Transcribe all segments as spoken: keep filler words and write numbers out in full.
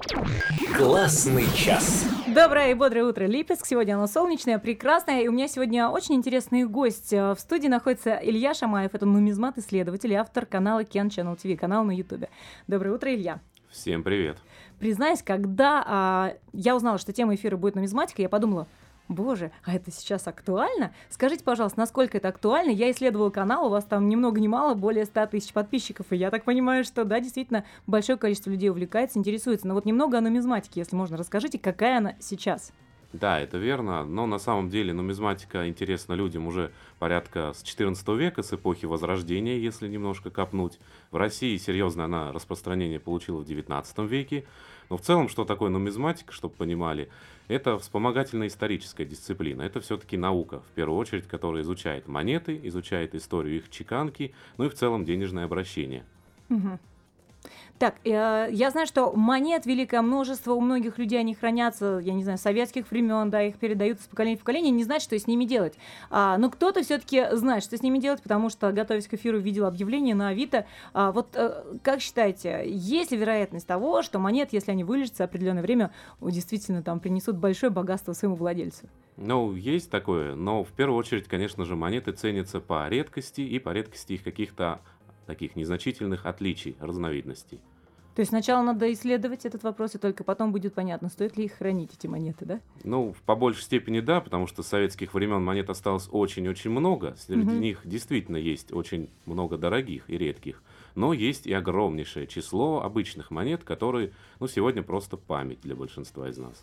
Классный час. Доброе и бодрое утро, Липецк. Сегодня оно солнечное, прекрасное. И у меня сегодня очень интересный гость. В студии находится Илья Шамаев. Это нумизмат-исследователь и автор канала Ken Channel ти ви, канал на Ютубе. Доброе утро, Илья. Всем привет. Признаюсь, когда а, я узнала, что тема эфира будет нумизматика, я подумала, боже, а это сейчас актуально? Скажите, пожалуйста, насколько это актуально? Я исследовала канал, у вас там ни много ни мало, более ста тысяч подписчиков, и я так понимаю, что, да, действительно, большое количество людей увлекается, интересуется. Но вот немного о нумизматике, если можно, расскажите, какая она сейчас? Да, это верно, но на самом деле нумизматика интересна людям уже порядка с четырнадцатого века, с эпохи Возрождения, если немножко копнуть. В России серьезно она распространение получила в девятнадцатом веке. Но в целом, что такое нумизматика, чтобы понимали, это вспомогательная историческая дисциплина. Это все-таки наука, в первую очередь, которая изучает монеты, изучает историю их чеканки, ну и в целом денежное обращение. Угу. Так, э, я знаю, что монет великое множество, у многих людей они хранятся, я не знаю, советских времен, да, их передают из поколения в поколение, не знать, что с ними делать. А, но кто-то все-таки знает, что с ними делать, потому что, готовясь к эфиру, видел объявление на Авито. А, вот э, как считаете, есть ли вероятность того, что монеты, если они вылежатся определенное время, действительно там принесут большое богатство своему владельцу? Ну, есть такое, но в первую очередь, конечно же, монеты ценятся по редкости и по редкости их каких-то таких незначительных отличий, разновидностей. То есть сначала надо исследовать этот вопрос, и только потом будет понятно, стоит ли их хранить, эти монеты, да? Ну, по большей степени да, потому что с советских времен монет осталось очень-очень много. Среди Мгм. них действительно есть очень много дорогих и редких. Но есть и огромнейшее число обычных монет, которые, ну, сегодня просто память для большинства из нас.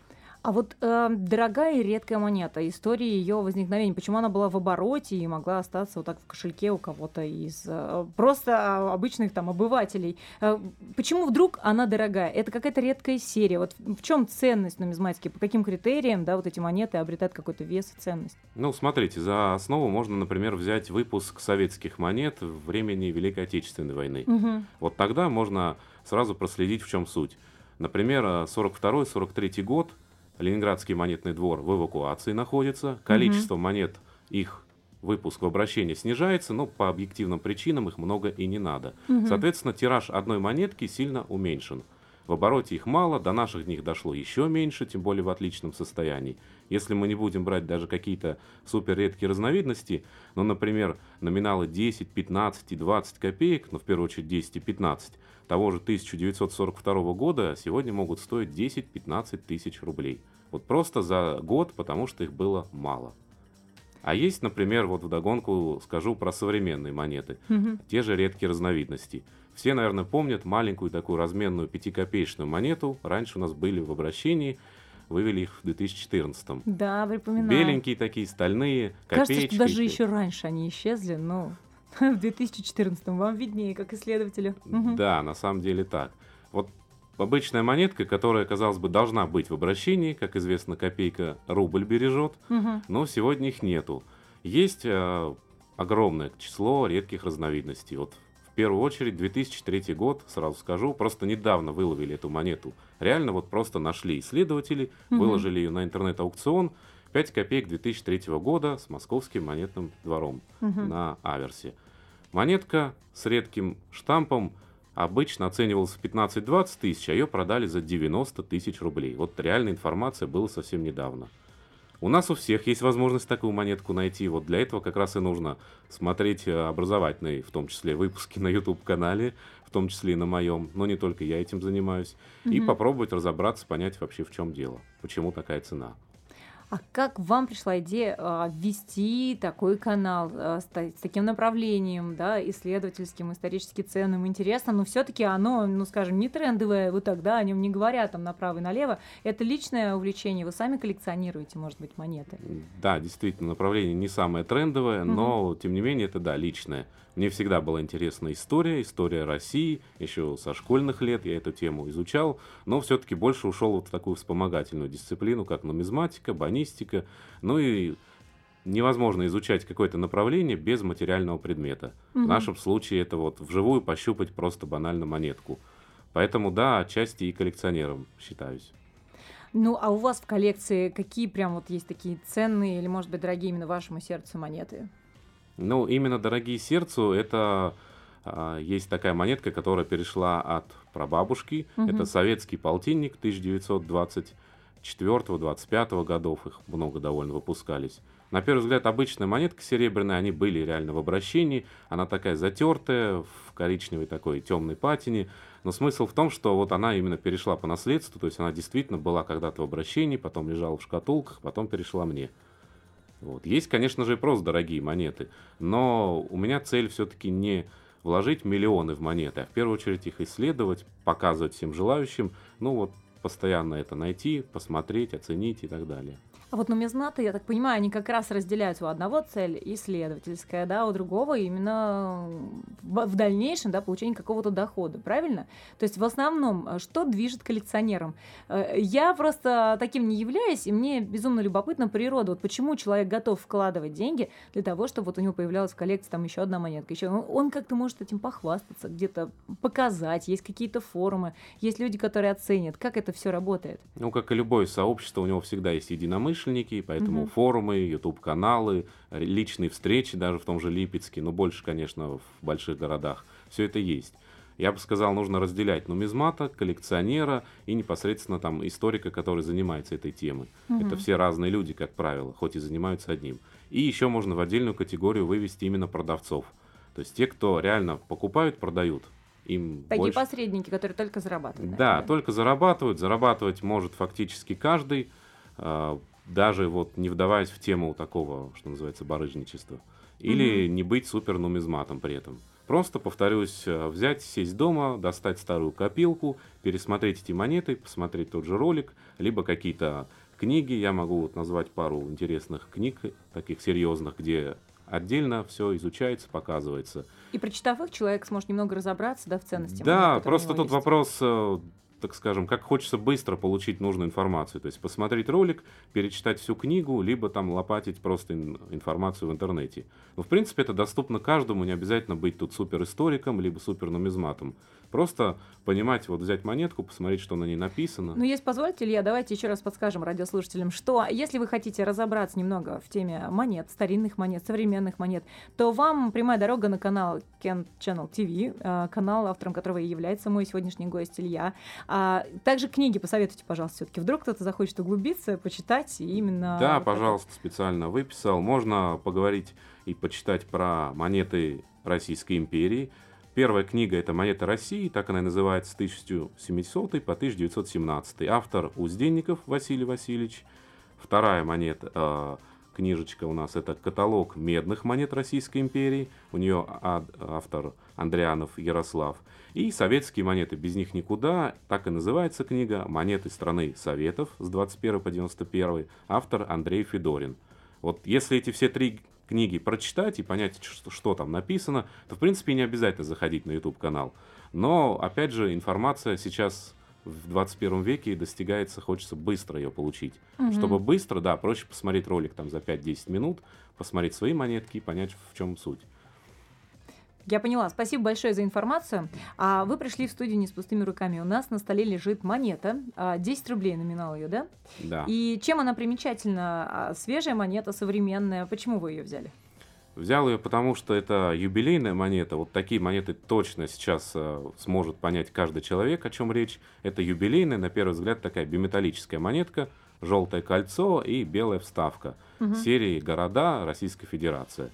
А вот э, дорогая и редкая монета, история ее возникновения, почему она была в обороте и могла остаться вот так в кошельке у кого-то из э, просто обычных там обывателей? Э, почему вдруг она дорогая? Это какая-то редкая серия. Вот в чем ценность нумизматики? По каким критериям, да, вот эти монеты обретают какой-то вес и ценность? Ну, смотрите, за основу можно, например, взять выпуск советских монет времени Великой Отечественной войны. Угу. Вот тогда можно сразу проследить, в чем суть. Например, сорок второй сорок третий год. Ленинградский монетный двор в эвакуации находится. Количество Мгм. монет, их выпуск в обращение снижается, но по объективным причинам их много и не надо. Мгм. Соответственно, тираж одной монетки сильно уменьшен. В обороте их мало, до наших дней дошло еще меньше, тем более в отличном состоянии. Если мы не будем брать даже какие-то супер редкие разновидности, ну, например, номиналы десять, пятнадцать и двадцать копеек, ну, в первую очередь десять и пятнадцать, того же тысяча девятьсот сорок второго года сегодня могут стоить десять-пятнадцать тысяч рублей. Вот просто за год, потому что их было мало. А есть, например, вот вдогонку скажу про современные монеты. Мгм. Те же редкие разновидности. Все, наверное, помнят маленькую такую разменную пятикопеечную монету. Раньше у нас были в обращении, вывели их в две тысячи четырнадцатом. Да, припоминаю. Беленькие такие, стальные, Кажется, копеечки. что даже еще раньше они исчезли, но в две тысячи четырнадцатом вам виднее, как исследователю. Мгм. Да, на самом деле так. Вот обычная монетка, которая, казалось бы, должна быть в обращении, как известно, копейка рубль бережет, Мгм. но сегодня их нету. Есть э, огромное число редких разновидностей. Вот в первую очередь две тысячи третий год, сразу скажу, просто недавно выловили эту монету. Реально вот просто нашли исследователи, Мгм. выложили ее на интернет-аукцион. пять копеек две тысячи третьего года с Московским монетным двором Мгм. на аверсе. Монетка с редким штампом обычно оценивалась в пятнадцать-двадцать тысяч, а ее продали за девяносто тысяч рублей. Вот реальная информация была совсем недавно. У нас у всех есть возможность такую монетку найти. Вот для этого как раз и нужно смотреть э, образовательные, в том числе, выпуски на YouTube-канале, в том числе и на моем, но не только я этим занимаюсь, и Мгм. попробовать разобраться, понять вообще, в чем дело, почему такая цена. А как вам пришла идея а, ввести такой канал а, с, та- с таким направлением, да, исследовательским, исторически ценным, интересным, но все-таки оно, ну, скажем, не трендовое, вот так, да, о нем не говорят там направо и налево. Это личное увлечение, вы сами коллекционируете, может быть, монеты. Да, действительно, направление не самое трендовое, Мгм. но, тем не менее, это, да, личное. Мне всегда была интересна история, история России, еще со школьных лет я эту тему изучал, но все-таки больше ушел вот в такую вспомогательную дисциплину, как нумизматика, бонистика, ну и невозможно изучать какое-то направление без материального предмета. Мгм. В нашем случае это вот вживую пощупать просто банально монетку. Поэтому, да, отчасти и коллекционером считаюсь. Ну, а у вас в коллекции какие прям вот есть такие ценные или, может быть, дорогие именно вашему сердцу монеты? Ну, именно дорогие сердцу, это а, есть такая монетка, которая перешла от прабабушки. Мгм. Это советский полтинник тысяча девятьсот двадцать четвёртого — двадцать пятого годов. Их много довольно выпускались. На первый взгляд, обычная монетка серебряная, они были реально в обращении. Она такая затертая, в коричневой такой темной патине. Но смысл в том, что вот она именно перешла по наследству, то есть она действительно была когда-то в обращении, потом лежала в шкатулках, потом перешла мне. Вот. Есть, конечно же, и просто дорогие монеты, но у меня цель все-таки не вложить миллионы в монеты, а в первую очередь их исследовать, показывать всем желающим, ну вот постоянно это найти, посмотреть, оценить и так далее. А вот нумизматы, я так понимаю, они как раз разделяются. У одного цель исследовательская, да, у другого именно в в дальнейшем, да, получение какого-то дохода, правильно? То есть в основном, э, что движет коллекционером? Э, Я просто таким не являюсь, и мне безумно любопытна природа. Вот почему человек готов вкладывать деньги для того, чтобы вот у него появлялась в коллекции там еще одна монетка, еще он он как-то может этим похвастаться, где-то показать, есть какие-то форумы, есть люди, которые оценят, как это все работает. Ну, как и любое сообщество, у него всегда есть единомышленники, поэтому Мгм. форумы, ютуб-каналы, р- личные встречи даже в том же Липецке, но больше, конечно, в больших городах. Все это есть. Я бы сказал, нужно разделять нумизмата, коллекционера и непосредственно там историка, который занимается этой темой. Это Мгм. все разные люди, как правило, хоть и занимаются одним. И еще можно в отдельную категорию вывести именно продавцов. То есть те, кто реально покупают, продают. Им Такие больше... посредники, которые только зарабатывают. Да, наверное. только зарабатывают. Зарабатывать может фактически каждый, а, даже вот не вдаваясь в тему такого, что называется, барыжничества. Или Мгм. не быть супер-нумизматом при этом. Просто, повторюсь, э, взять, сесть дома, достать старую копилку, пересмотреть эти монеты, посмотреть тот же ролик, либо какие-то книги. Я могу вот назвать пару интересных книг, таких серьезных, где отдельно все изучается, показывается. И прочитав их, человек сможет немного разобраться, да, в ценности монет, Да, которые у просто него тут есть. вопрос, э, так скажем, как хочется быстро получить нужную информацию. То есть посмотреть ролик, перечитать всю книгу, либо там лопатить просто ин- информацию в интернете. Но, в принципе, это доступно каждому, не обязательно быть тут суперисториком, либо супернумизматом. Просто понимать, вот взять монетку, посмотреть, что на ней написано. Ну, если позволите, Илья, давайте еще раз подскажем радиослушателям, что если вы хотите разобраться немного в теме монет, старинных монет, современных монет, то вам прямая дорога на канал Ken Channel ти ви, э, канал, автором которого и является мой сегодняшний гость Илья. А также книги посоветуйте, пожалуйста, все-таки. Вдруг кто-то захочет углубиться, почитать, и именно... Да, вот так вот. пожалуйста, специально выписал. Можно поговорить и почитать про монеты Российской империи. Первая книга — это «Монеты России», так она и называется, с тысяча семисотого по тысяча девятьсот семнадцатый. Автор Узденников Василий Васильевич. Вторая монета, э, книжечка у нас — это «Каталог медных монет Российской империи». У нее а- автор Андрианов Ярослав. И советские монеты, без них никуда. Так и называется книга «Монеты страны Советов» с двадцать первого по девяносто первый. Автор Андрей Федорин. Вот если эти все три книги прочитать и понять, что, что там написано, то, в принципе, не обязательно заходить на YouTube-канал. Но, опять же, информация сейчас в двадцать первом веке достигается, хочется быстро ее получить. Мгм. Чтобы быстро, да, проще посмотреть ролик там за пять-десять минут, посмотреть свои монетки и понять, в чем суть. Я поняла. Спасибо большое за информацию. А вы пришли в студию не с пустыми руками. У нас на столе лежит монета, а, десять рублей номинал ее, да? Да. И чем она примечательна? А, Свежая монета, современная. Почему вы ее взяли? Взял ее, потому что это юбилейная монета. Вот такие монеты точно сейчас э, сможет понять каждый человек, о чем речь. Это юбилейная, на первый взгляд, такая биметаллическая монетка, желтое кольцо и белая вставка Мгм. серии «Города Российской Федерации».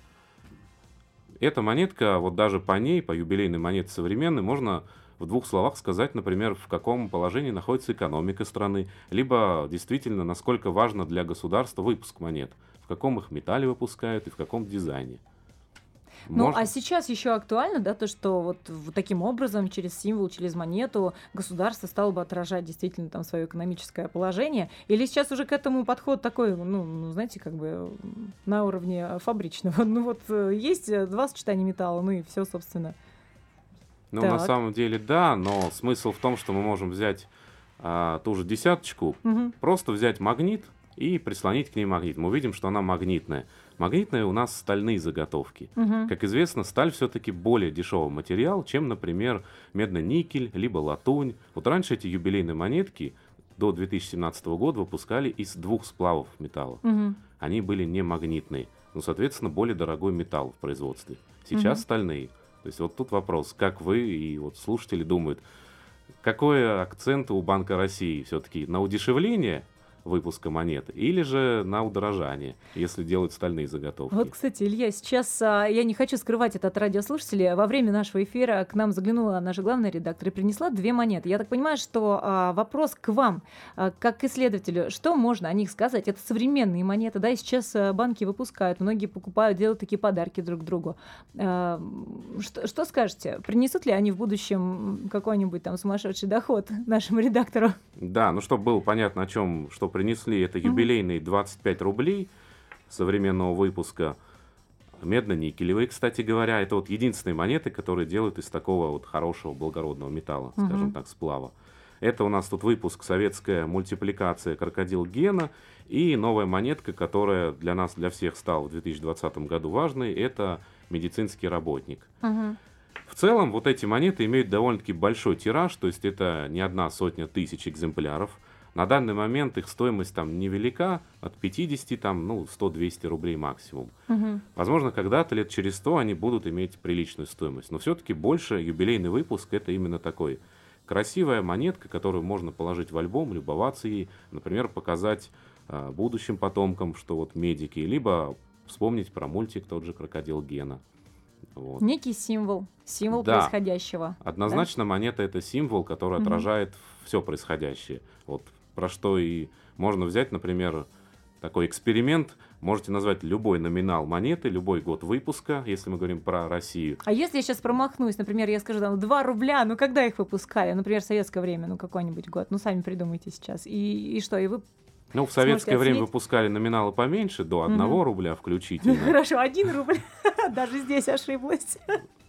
Эта монетка, вот даже по ней, по юбилейной монете современной, можно в двух словах сказать, например, в каком положении находится экономика страны, либо действительно, насколько важно для государства выпуск монет, в каком их металле выпускают и в каком дизайне. Ну, Можно- а сейчас еще актуально, да, то, что вот, вот таким образом, через символ, через монету, государство стало бы отражать действительно там свое экономическое положение? Или сейчас уже к этому подход такой, ну, ну, знаете, как бы м, на уровне э, фабричного? Ну вот э, есть э, два сочетания металла, ну и все, собственно. Ну, на Так. самом деле, да, но смысл в том, что мы можем взять а, ту же десяточку, Мгм. просто взять магнит и прислонить к ней магнит. Мы увидим, что она магнитная. Магнитные у нас стальные заготовки. Мгм. Как известно, сталь все-таки более дешевый материал, чем, например, медно-никель, либо латунь. Вот раньше эти юбилейные монетки до две тысячи семнадцатого года выпускали из двух сплавов металла. Мгм. Они были не магнитные, но, соответственно, более дорогой металл в производстве. Сейчас Мгм. стальные. То есть вот тут вопрос, как вы и вот слушатели думают, какой акцент у Банка России все-таки на удешевление выпуска монет или же на удорожание, если делают стальные заготовки? Вот, кстати, Илья, сейчас а, я не хочу скрывать это от радиослушателей. Во время нашего эфира к нам заглянула наша главная редактор и принесла две монеты. Я так понимаю, что а, вопрос к вам, а, как к исследователю, что можно о них сказать? Это современные монеты, да, и сейчас а, банки выпускают, многие покупают, делают такие подарки друг другу. А, что, что скажете? Принесут ли они в будущем какой-нибудь там сумасшедший доход нашему редактору? Да, ну чтобы было понятно, о чем, что принесли, это юбилейные двадцать пять рублей современного выпуска, медно-никелевые, кстати говоря. Это вот единственные монеты, которые делают из такого вот хорошего благородного металла, Мгм. скажем так, сплава. Это у нас тут выпуск «Советская мультипликация крокодил Гена». И новая монетка, которая для нас, для всех стала в две тысячи двадцатом году важной, это медицинский работник. Мгм. В целом, вот эти монеты имеют довольно-таки большой тираж, то есть это не одна сотня тысяч экземпляров. На данный момент их стоимость там невелика, от пятидесяти, там, ну, сто-двести рублей максимум. Мгм. Возможно, когда-то лет через сто они будут иметь приличную стоимость. Но все-таки больше юбилейный выпуск это именно такой красивая монетка, которую можно положить в альбом, любоваться ей, например, показать а, будущим потомкам, что вот медики, либо вспомнить про мультик тот же «Крокодил Гена». Вот. Некий символ, символ Да. происходящего. Однозначно монета это символ, который Мгм. отражает все происходящее. Вот про что и можно взять, например, такой эксперимент. Можете назвать любой номинал монеты, любой год выпуска, если мы говорим про Россию. А если я сейчас промахнусь, например, я скажу там два рубля, ну когда их выпускали? Например, в советское время, ну какой-нибудь год, ну сами придумайте сейчас. И, и что, и вы... Ну, в советское время оценить? выпускали номиналы поменьше, до Мгм. одного рубля включительно. Хорошо, один рубль. Даже здесь ошиблась.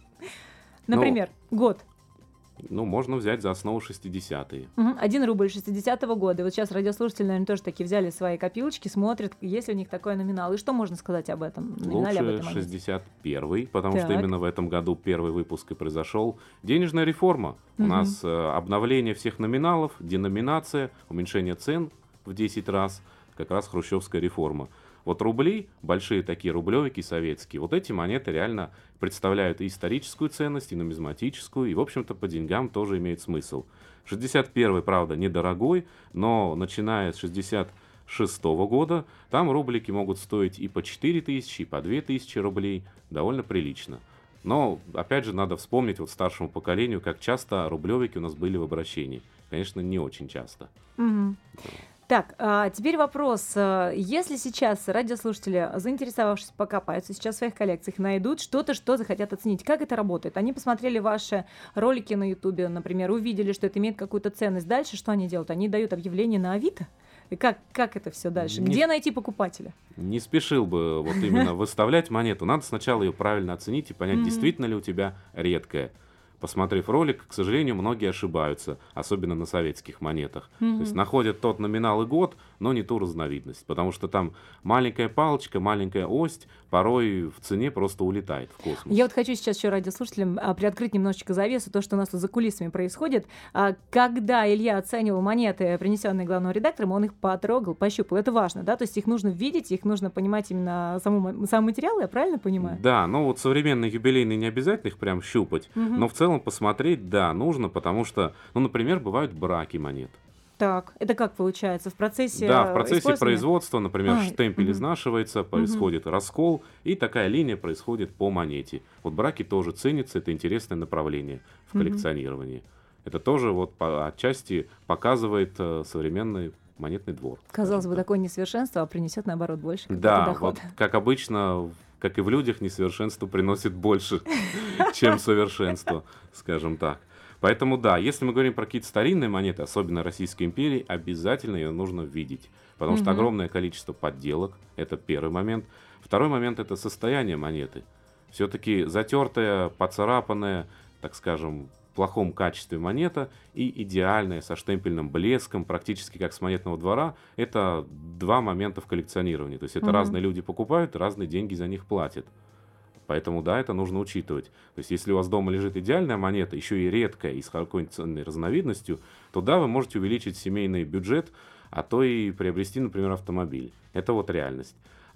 Например, год. Ну, можно взять за основу шестидесятые. Мгм. Один рубль шестидесятого года. И вот сейчас радиослушатели, наверное, тоже такие взяли свои копилочки, смотрят, есть ли у них такой номинал. И что можно сказать об этом? Номинале об Лучше этой монете? шестьдесят первый, потому что Так. именно в этом году первый выпуск и произошел. Денежная реформа. У Мгм. нас э, обновление всех номиналов, деноминация, уменьшение цен в десять раз, как раз хрущевская реформа. Вот рубли, большие такие рублевики советские, вот эти монеты реально представляют и историческую ценность, и нумизматическую, и, в общем-то, по деньгам тоже имеет смысл. шестьдесят первый, правда, недорогой, но начиная с шестьдесят шестого года, там рублики могут стоить и по четыре тысячи, и по две тысячи рублей, довольно прилично. Но, опять же, надо вспомнить вот старшему поколению, как часто рублевики у нас были в обращении. Конечно, не очень часто. Мгм. Так, а теперь вопрос. а, Если сейчас радиослушатели, заинтересовавшись, покопаются сейчас в своих коллекциях, найдут что-то, что захотят оценить, как это работает? Они посмотрели ваши ролики на Ютубе, например, увидели, что это имеет какую-то ценность. Дальше что они делают? Они дают объявление на Авито? И как, как это все дальше? Не- Где найти покупателя? Не спешил бы вот именно выставлять монету. Надо сначала ее правильно оценить и понять, Мгм. действительно ли у тебя редкая. Посмотрев ролик, к сожалению, многие ошибаются, особенно на советских монетах. То есть Мгм. находят тот номинал и год, но не ту разновидность, потому что там маленькая палочка, маленькая ось порой в цене просто улетает в космос. Я вот хочу сейчас еще радиослушателям а, приоткрыть немножечко завесу, то, что у нас тут за кулисами происходит. А, когда Илья оценивал монеты, принесенные главным редактором, он их потрогал, пощупал. Это важно, да? То есть их нужно видеть, их нужно понимать именно саму, ма- сам материал, я правильно понимаю? Да, но вот современные юбилейные не обязательно их прям щупать, Мгм. но в целом посмотреть, да, нужно, потому что, ну, например, бывают браки монет. Так, это как получается? В процессе Да, в процессе использования? производства, например, А, штемпель мгм. изнашивается, происходит раскол, и такая линия происходит по монете. Вот браки тоже ценятся, это интересное направление в Мгм. коллекционировании. Это тоже вот по- отчасти показывает э, современный монетный двор. Казалось скажем бы, так. такое несовершенство, а принесет наоборот больше какой-то Да, доход. вот как обычно, как и в людях, несовершенство приносит больше, чем совершенство, скажем так. Поэтому да, если мы говорим про какие-то старинные монеты, особенно Российской империи, обязательно ее нужно видеть. Потому что Мгм. огромное количество подделок, это первый момент. Второй момент это состояние монеты. Все-таки затертая, поцарапанная, так скажем, в плохом качестве монета и идеальная, со штемпельным блеском, практически как с монетного двора, это два момента в коллекционировании. То есть это Мгм. разные люди покупают, разные деньги за них платят. Поэтому, да, это нужно учитывать. То есть, если у вас дома лежит идеальная монета, еще и редкая, и с какой-нибудь ценной разновидностью, то, да, вы можете увеличить семейный бюджет, а то и приобрести, например, автомобиль. Это вот реальность.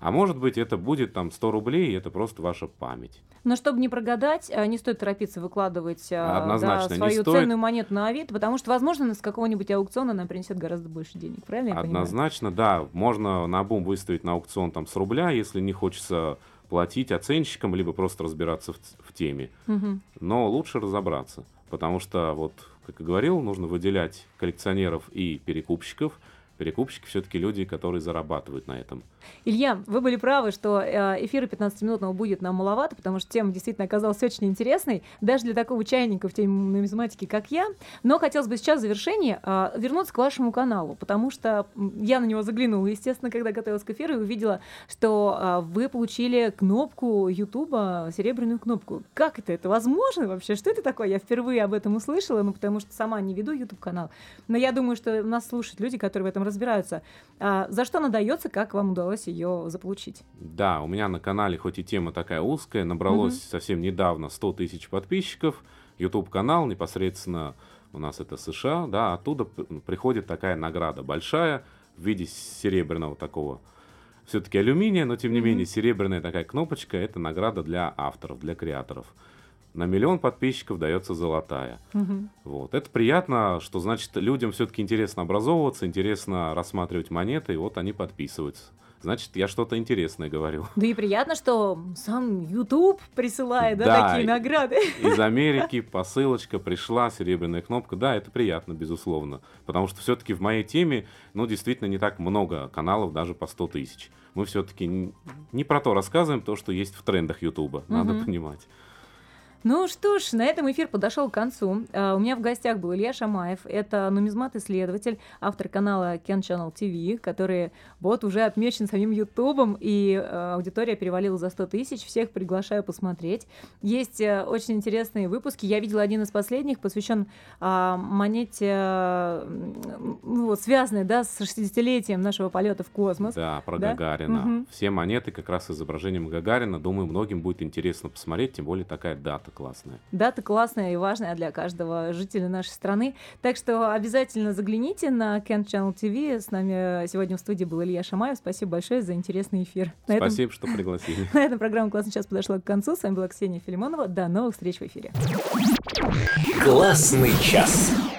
А может быть, это будет там сто рублей, и это просто ваша память. Но чтобы не прогадать, не стоит торопиться выкладывать Однозначно, да, не свою стоит. ценную монету на Авито, потому что, возможно, с какого-нибудь аукциона нам принесет гораздо больше денег. Правильно я понимаю? Однозначно, да. Можно наобум выставить на аукцион там, с рубля, если не хочется платить оценщикам, либо просто разбираться в, в теме. Угу. Но лучше разобраться, потому что, вот, как и говорил, нужно выделять коллекционеров и перекупщиков. Перекупщики все-таки люди, которые зарабатывают на этом. Илья, вы были правы, что эфира пятнадцатиминутного будет нам маловато, потому что тема действительно оказалась очень интересной, даже для такого чайника в теме нумизматики, как я. Но хотелось бы сейчас в завершении вернуться к вашему каналу, потому что я на него заглянула, естественно, когда готовилась к эфиру, и увидела, что вы получили кнопку Ютуба, серебряную кнопку. Как это? Это возможно вообще? Что это такое? Я впервые об этом услышала, ну, потому что сама не веду Ютуб-канал. Но я думаю, что нас слушают люди, которые в этом разбираются. А за что она дается, как вам удалось ее заполучить? Да, у меня на канале, хоть и тема такая узкая, набралось mm-hmm. совсем недавно сто тысяч подписчиков. YouTube-канал непосредственно у нас это США, да, оттуда приходит такая награда большая в виде серебряного такого, все-таки алюминия, но тем не mm-hmm. менее серебряная такая кнопочка — это награда для авторов, для креаторов. На миллион подписчиков дается золотая. Угу. Вот. Это приятно, что значит людям все-таки интересно образовываться, интересно рассматривать монеты, и вот они подписываются. Значит, я что-то интересное говорю. Да и приятно, что сам YouTube присылает да, да, такие награды. Из Америки посылочка пришла, серебряная кнопка. Да, это приятно, безусловно. Потому что все-таки в моей теме, ну, действительно, не так много каналов, даже по сто тысяч. Мы все-таки не про то рассказываем, то, что есть в трендах YouTube. Надо угу. понимать. Ну что ж, на этом эфир подошел к концу. Uh, у меня в гостях был Илья Шамаев. Это нумизмат-исследователь, автор канала Ken Channel ти ви, который вот уже отмечен самим Ютубом, и uh, аудитория перевалила за сто тысяч. Всех приглашаю посмотреть. Есть uh, очень интересные выпуски. Я видела один из последних, посвящен uh, монете, uh, вот, связанной да, с шестидесятилетием нашего полета в космос. Да, про да? Гагарина. Угу. Все монеты как раз с изображением Гагарина. Думаю, многим будет интересно посмотреть, тем более такая дата классная. Дата классная и важная для каждого жителя нашей страны. Так что обязательно загляните на Ken Channel ти ви. С нами сегодня в студии был Илья Шамаев. Спасибо большое за интересный эфир. На Спасибо, этом... что пригласили. На этом программа «Классный час» подошла к концу. С вами была Ксения Филимонова. До новых встреч в эфире. Классный час.